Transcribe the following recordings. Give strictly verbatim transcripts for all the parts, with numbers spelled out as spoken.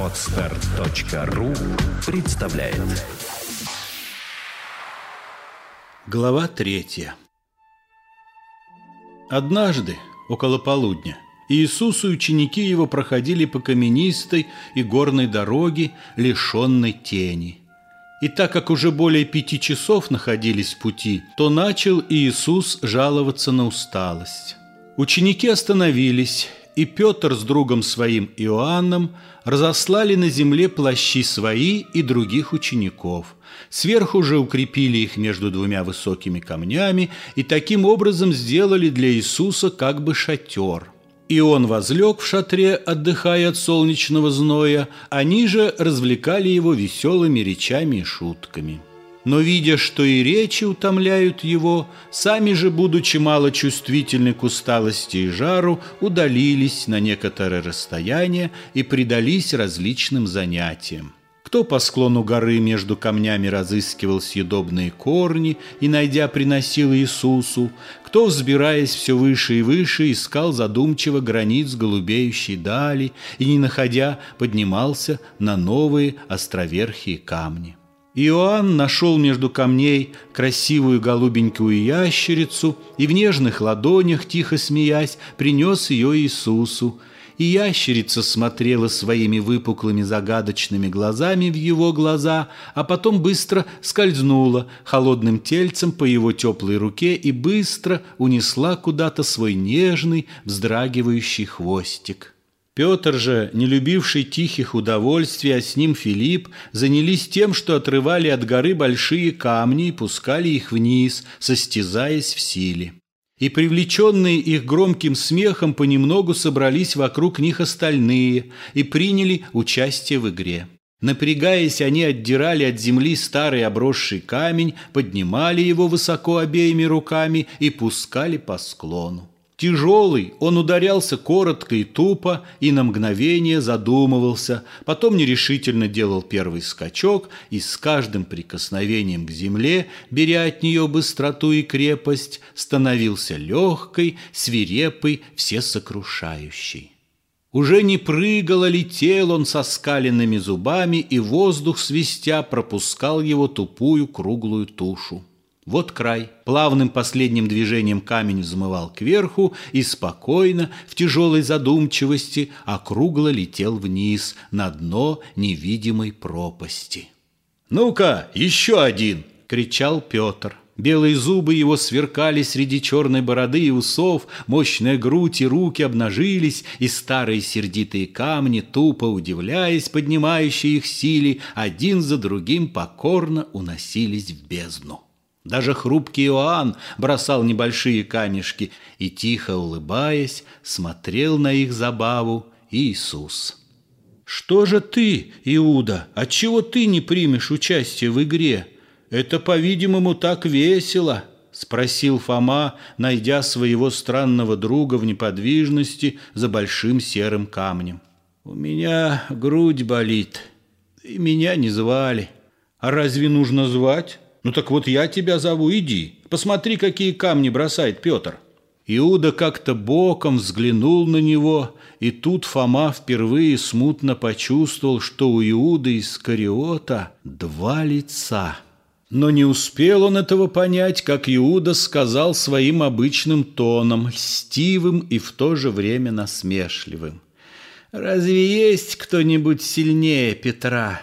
Подстер точка ру представляет. Глава третья. Однажды, около полудня, Иисус и ученики его проходили по каменистой и горной дороге, лишенной тени. И так как уже более пяти часов находились в пути, то начал Иисус жаловаться на усталость. Ученики остановились, и Петр с другом своим Иоанном разослали на земле плащи свои и других учеников. Сверху же укрепили их между двумя высокими камнями и таким образом сделали для Иисуса как бы шатер. И он возлег в шатре, отдыхая от солнечного зноя, они же развлекали его веселыми речами и шутками. Но, видя, что и речи утомляют его, сами же, будучи малочувствительны к усталости и жару, удалились на некоторое расстояние и предались различным занятиям. Кто по склону горы между камнями разыскивал съедобные корни и, найдя, приносил Иисусу, кто, взбираясь все выше и выше, искал задумчиво границ голубеющей дали и, не находя, поднимался на новые островерхие камни. Иоанн нашел между камней красивую голубенькую ящерицу и в нежных ладонях, тихо смеясь, принес ее Иисусу. И ящерица смотрела своими выпуклыми загадочными глазами в его глаза, а потом быстро скользнула холодным тельцем по его теплой руке и быстро унесла куда-то свой нежный, вздрагивающий хвостик. Петр же, не любивший тихих удовольствий, а с ним Филипп, занялись тем, что отрывали от горы большие камни и пускали их вниз, состязаясь в силе. И привлеченные их громким смехом понемногу собрались вокруг них остальные и приняли участие в игре. Напрягаясь, они отдирали от земли старый обросший камень, поднимали его высоко обеими руками и пускали по склону. Тяжелый, он ударялся коротко и тупо и на мгновение задумывался, потом нерешительно делал первый скачок и с каждым прикосновением к земле, беря от нее быстроту и крепость, становился легкой, свирепой, всесокрушающей. Уже не прыгал, а летел он со скаленными зубами, и воздух свистя пропускал его тупую круглую тушу. Вот край. Плавным последним движением камень взмывал кверху и спокойно, в тяжелой задумчивости, округло летел вниз, на дно невидимой пропасти. «Ну-ка, еще один!» — кричал Петр. Белые зубы его сверкали среди черной бороды и усов, мощная грудь и руки обнажились, и старые сердитые камни, тупо удивляясь поднимающей их силе, один за другим покорно уносились в бездну. Даже хрупкий Иоанн бросал небольшие камешки и, тихо улыбаясь, смотрел на их забаву Иисус. «Что же ты, Иуда, отчего ты не примешь участие в игре? Это, по-видимому, так весело», — спросил Фома, найдя своего странного друга в неподвижности за большим серым камнем. «У меня грудь болит, и меня не звали». «А разве нужно звать? Ну так вот я тебя зову, иди, посмотри, какие камни бросает Петр». Иуда как-то боком взглянул на него, и тут Фома впервые смутно почувствовал, что у Иуды Искариота два лица. Но не успел он этого понять, как Иуда сказал своим обычным тоном, льстивым и в то же время насмешливым: «Разве есть кто-нибудь сильнее Петра?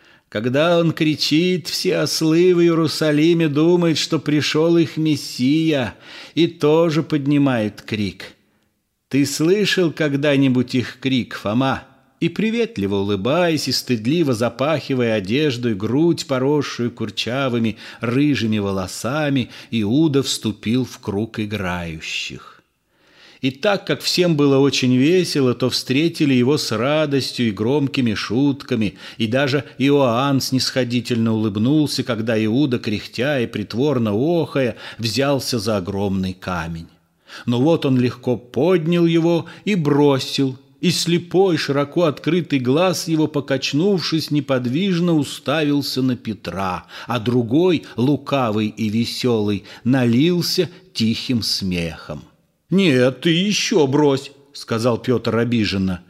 Когда он кричит, все ослы в Иерусалиме думают, что пришел их Мессия, и тоже поднимают крик. Ты слышал когда-нибудь их крик, Фома?» И приветливо улыбаясь и стыдливо запахивая одежду и грудь, поросшую курчавыми рыжими волосами, Иуда вступил в круг играющих. И так как всем было очень весело, то встретили его с радостью и громкими шутками, и даже Иоанн снисходительно улыбнулся, когда Иуда, кряхтя и притворно охая, взялся за огромный камень. Но вот он легко поднял его и бросил, и слепой, широко открытый глаз его, покачнувшись, неподвижно уставился на Петра, а другой, лукавый и веселый, налился тихим смехом. «Нет, ты еще брось», — сказал Петр обиженно.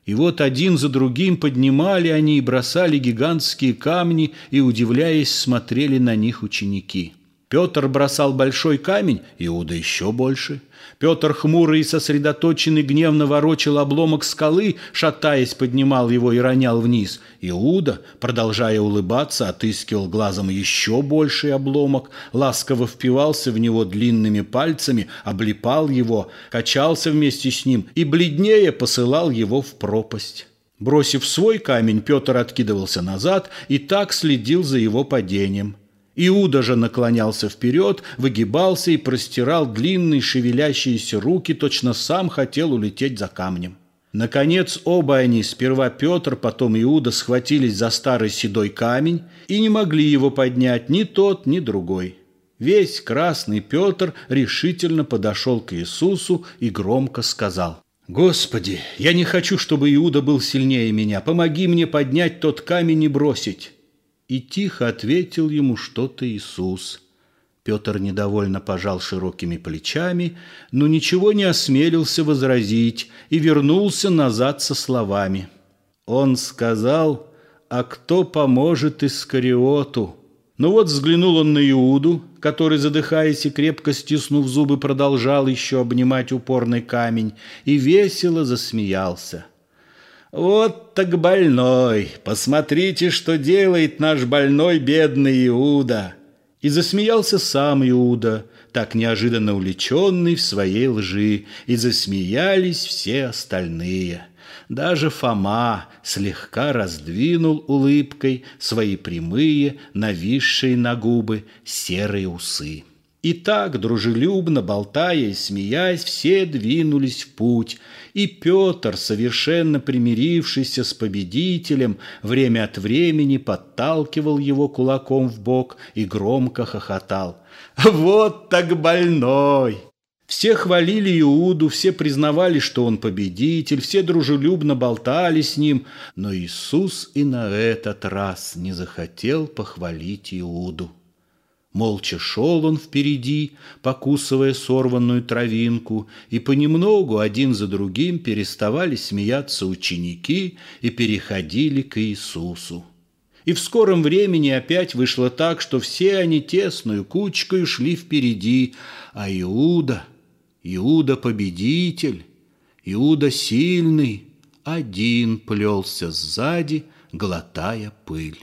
И вот один за другим поднимали они и бросали гигантские камни, и, удивляясь, смотрели на них ученики. Петр бросал большой камень, Иуда еще больше. Петр, хмурый и сосредоточенный, гневно ворочал обломок скалы, шатаясь, поднимал его и ронял вниз. Иуда, продолжая улыбаться, отыскивал глазом еще больший обломок, ласково впивался в него длинными пальцами, облипал его, качался вместе с ним и бледнее посылал его в пропасть. Бросив свой камень, Петр откидывался назад и так следил за его падением. Иуда же наклонялся вперед, выгибался и простирал длинные шевелящиеся руки, точно сам хотел улететь за камнем. Наконец оба они, сперва Петр, потом Иуда, схватились за старый седой камень и не могли его поднять ни тот, ни другой. Весь красный Петр решительно подошел к Иисусу и громко сказал: «Господи, я не хочу, чтобы Иуда был сильнее меня. Помоги мне поднять тот камень и бросить». И тихо ответил ему что-то Иисус. Петр недовольно пожал широкими плечами, но ничего не осмелился возразить и вернулся назад со словами. Он сказал: «А кто поможет Искариоту?» Но вот взглянул он на Иуду, который, задыхаясь и крепко стиснув зубы, продолжал еще обнимать упорный камень, и весело засмеялся. «Вот так больной! Посмотрите, что делает наш больной бедный Иуда!» И засмеялся сам Иуда, так неожиданно увлеченный в своей лжи, и засмеялись все остальные. Даже Фома слегка раздвинул улыбкой свои прямые, нависшие на губы серые усы. И так, дружелюбно болтая и смеясь, все двинулись в путь, и Петр, совершенно примирившийся с победителем, время от времени подталкивал его кулаком в бок и громко хохотал. «Вот так больной!» Все хвалили Иуду, все признавали, что он победитель, все дружелюбно болтали с ним, но Иисус и на этот раз не захотел похвалить Иуду. Молча шел он впереди, покусывая сорванную травинку, и понемногу один за другим переставали смеяться ученики и переходили к Иисусу. И в скором времени опять вышло так, что все они тесную кучкой шли впереди, а Иуда, Иуда победитель, Иуда сильный, один плелся сзади, глотая пыль.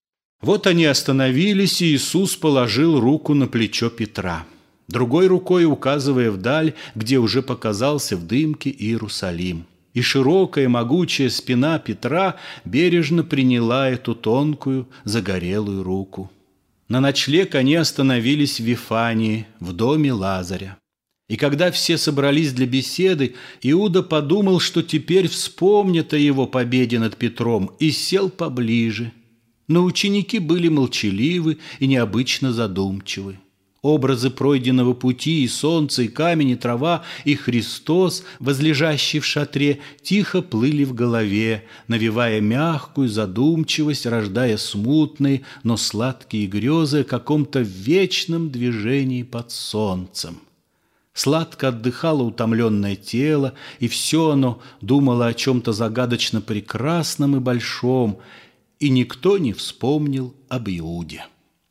Вот они остановились, и Иисус положил руку на плечо Петра, другой рукой указывая вдаль, где уже показался в дымке Иерусалим. И широкая могучая спина Петра бережно приняла эту тонкую загорелую руку. На ночлег они остановились в Вифании, в доме Лазаря. И когда все собрались для беседы, Иуда подумал, что теперь вспомнят о его победе над Петром, и сел поближе. Но ученики были молчаливы и необычно задумчивы. Образы пройденного пути, и солнце, и камень, и трава, и Христос, возлежащий в шатре, тихо плыли в голове, навевая мягкую задумчивость, рождая смутные, но сладкие грезы о каком-то вечном движении под солнцем. Сладко отдыхало утомленное тело, и все оно думало о чем-то загадочно прекрасном и большом, и никто не вспомнил об Иуде.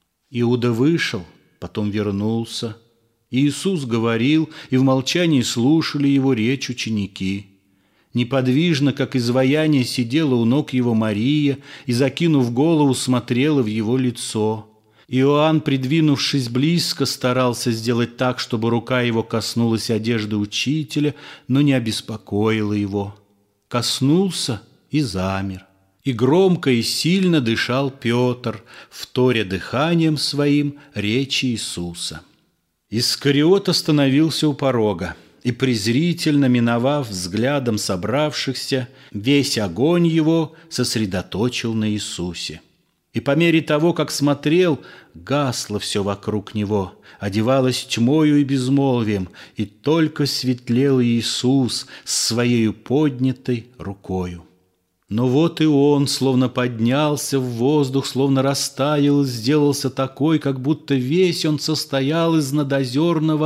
Иуда вышел, потом вернулся. Иисус говорил, и в молчании слушали его речь ученики. Неподвижно, как изваяние, сидела у ног его Мария и, закинув голову, смотрела в его лицо. Иоанн, придвинувшись близко, старался сделать так, чтобы рука его коснулась одежды учителя, но не обеспокоила его. Коснулся и замер. И громко и сильно дышал Петр, вторя дыханием своим речи Иисуса. Искариот остановился у порога и, презрительно миновав взглядом собравшихся, весь огонь его сосредоточил на Иисусе. И по мере того, как смотрел, гасло все вокруг него, одевалось тьмою и безмолвием, и только светлел Иисус с своею поднятой рукою. Но вот и он словно поднялся в воздух, словно растаял и сделался такой, как будто весь он состоял из надозерного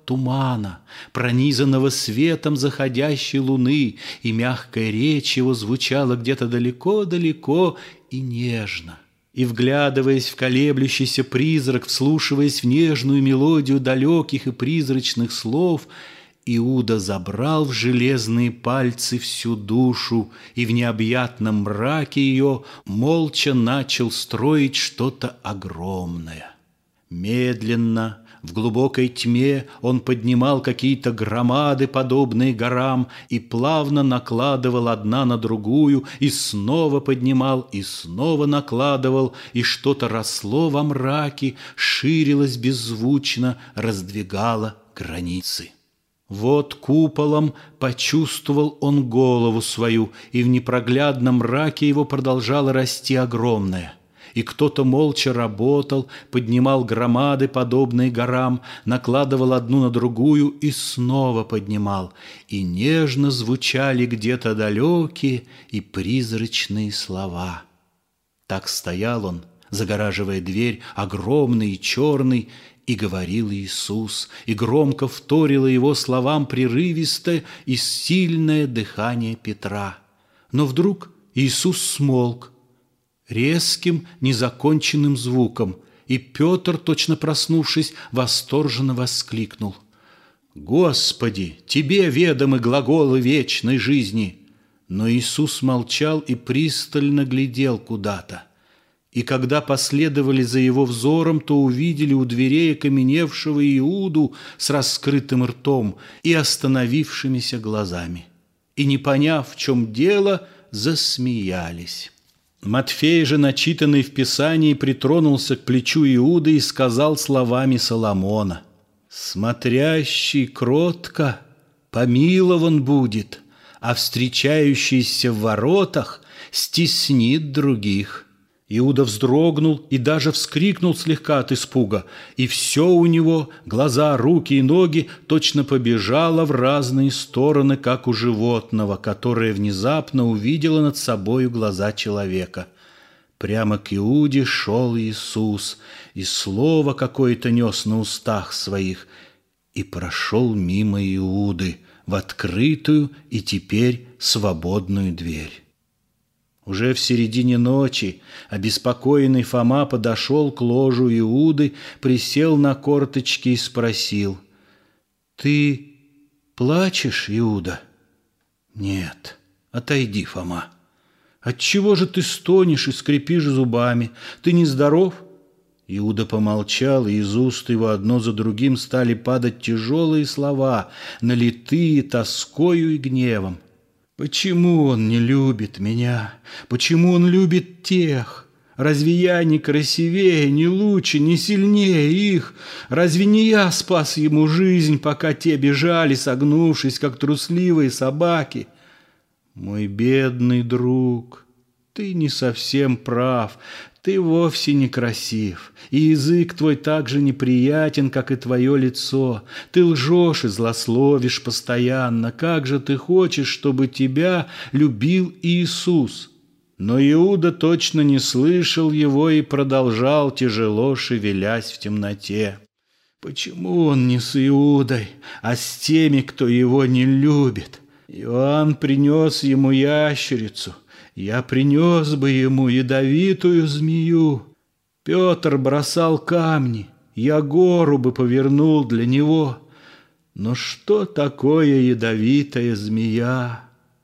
тумана, пронизанного светом заходящей луны, и мягкая речь его звучала где-то далеко-далеко и нежно. И, вглядываясь в колеблющийся призрак, вслушиваясь в нежную мелодию далеких и призрачных слов, Иуда забрал в железные пальцы всю душу и в необъятном мраке ее молча начал строить что-то огромное. Медленно, в глубокой тьме он поднимал какие-то громады, подобные горам, и плавно накладывал одна на другую, и снова поднимал, и снова накладывал, и что-то росло во мраке, ширилось беззвучно, раздвигало границы. Вот куполом почувствовал он голову свою, и в непроглядном мраке его продолжало расти огромное. И кто-то молча работал, поднимал громады, подобные горам, накладывал одну на другую и снова поднимал. И нежно звучали где-то далекие и призрачные слова. Так стоял он, загораживая дверь, огромный и черный, и говорил Иисус, и громко вторило его словам прерывистое и сильное дыхание Петра. Но вдруг Иисус смолк резким, незаконченным звуком, и Петр, точно проснувшись, восторженно воскликнул: «Господи, Тебе ведомы глаголы вечной жизни!» Но Иисус молчал и пристально глядел куда-то. И когда последовали за его взором, то увидели у дверей окаменевшего Иуду с раскрытым ртом и остановившимися глазами. И, не поняв, в чем дело, засмеялись. Матфей же, начитанный в Писании, притронулся к плечу Иуды и сказал словами Соломона: «Смотрящий кротко помилован будет, а встречающийся в воротах стеснит других». Иуда вздрогнул и даже вскрикнул слегка от испуга, и все у него, глаза, руки и ноги, точно побежало в разные стороны, как у животного, которое внезапно увидело над собою глаза человека. Прямо к Иуде шел Иисус, и слово какое-то нес на устах своих, и прошел мимо Иуды в открытую и теперь свободную дверь. Уже в середине ночи обеспокоенный Фома подошел к ложу Иуды, присел на корточки и спросил: «Ты плачешь, Иуда?» «Нет, отойди, Фома». «Отчего же ты стонешь и скрипишь зубами? Ты нездоров?» Иуда помолчал, и из уст его одно за другим стали падать тяжелые слова, налитые тоскою и гневом. «Почему он не любит меня? Почему он любит тех? Разве я не красивее, не лучше, не сильнее их? Разве не я спас ему жизнь, пока те бежали, согнувшись, как трусливые собаки? Мой бедный друг, ты не совсем прав». Ты вовсе не красив, и язык твой так же неприятен, как и твое лицо. Ты лжешь и злословишь постоянно. Как же ты хочешь, чтобы тебя любил Иисус?» Но Иуда точно не слышал его и продолжал, тяжело шевелясь в темноте. «Почему он не с Иудой, а с теми, кто его не любит? Иоанн принес ему ящерицу. Я принес бы ему ядовитую змею. Петр бросал камни, я гору бы повернул для него. Но что такое ядовитая змея?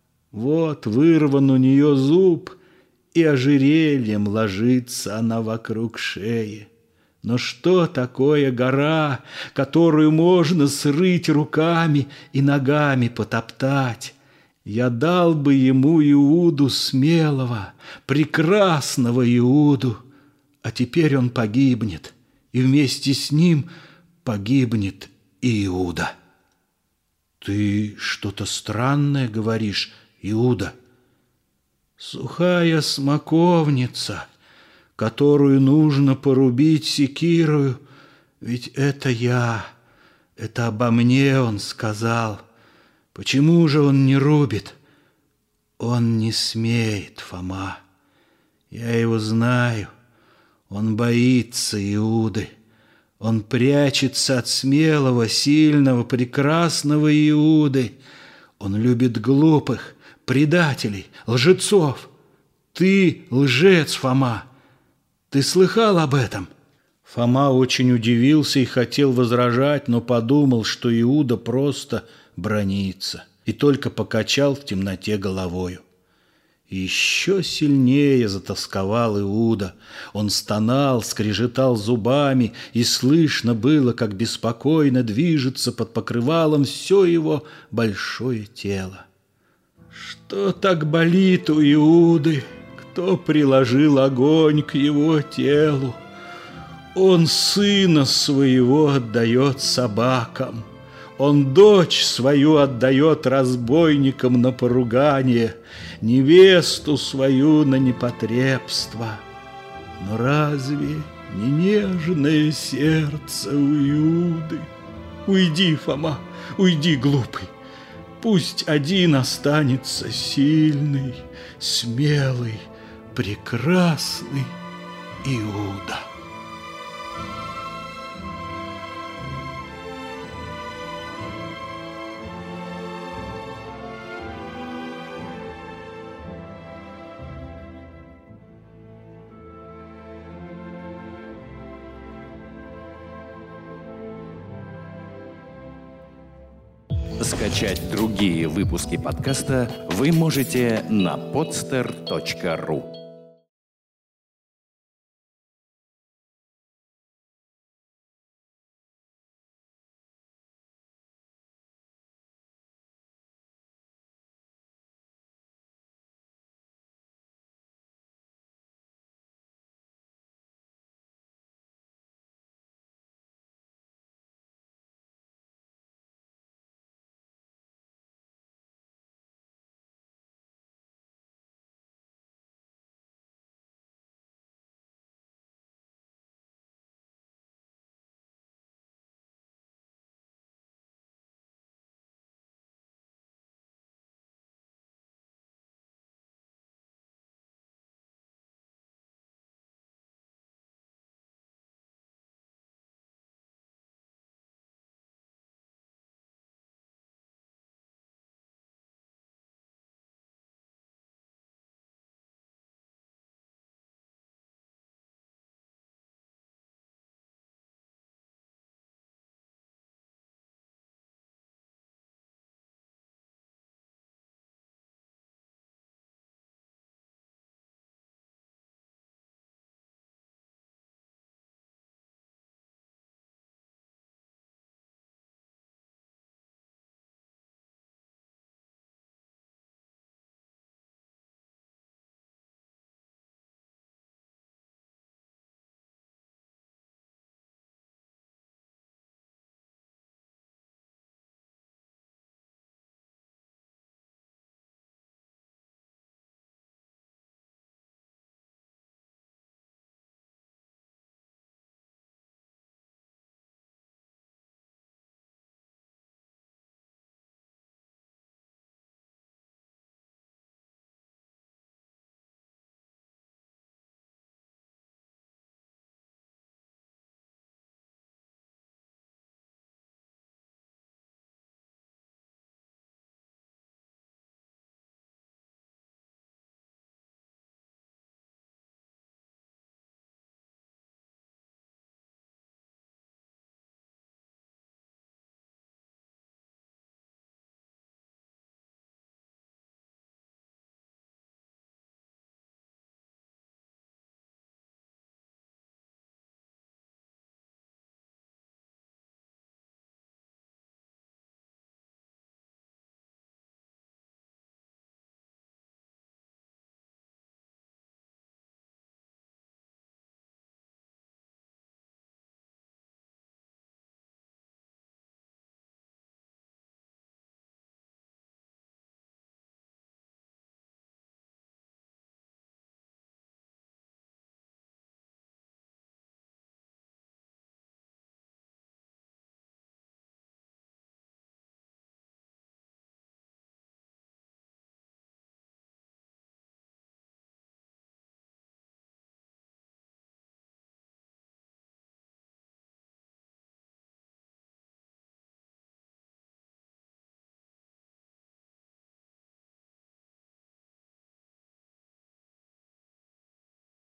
Вот вырван у нее зуб, и ожерельем ложится она вокруг шеи. Но что такое гора, которую можно срыть руками и ногами потоптать? Я дал бы ему Иуду смелого, прекрасного Иуду, а теперь он погибнет, и вместе с ним погибнет и Иуда». «Ты что-то странное говоришь, Иуда?» «Сухая смоковница, которую нужно порубить секирою, ведь это я, это обо мне он сказал. Почему же он не рубит? Он не смеет, Фома. Я его знаю. Он боится Иуды. Он прячется от смелого, сильного, прекрасного Иуды. Он любит глупых, предателей, лжецов. Ты лжец, Фома. Ты слыхал об этом?» Фома очень удивился и хотел возражать, но подумал, что Иуда просто бранится, и только покачал в темноте головою. Еще сильнее затосковал Иуда. Он стонал, скрежетал зубами, и слышно было, как беспокойно движется под покрывалом все его большое тело. Что так болит у Иуды? Кто приложил огонь к его телу? Он сына своего отдает собакам, он дочь свою отдает разбойникам на поругание, невесту свою на непотребство. Но разве не нежное сердце у Иуды? Уйди, Фома, уйди, глупый. Пусть один останется сильный, смелый, прекрасный Иуда. Скачать другие выпуски подкаста вы можете на podster точка ру.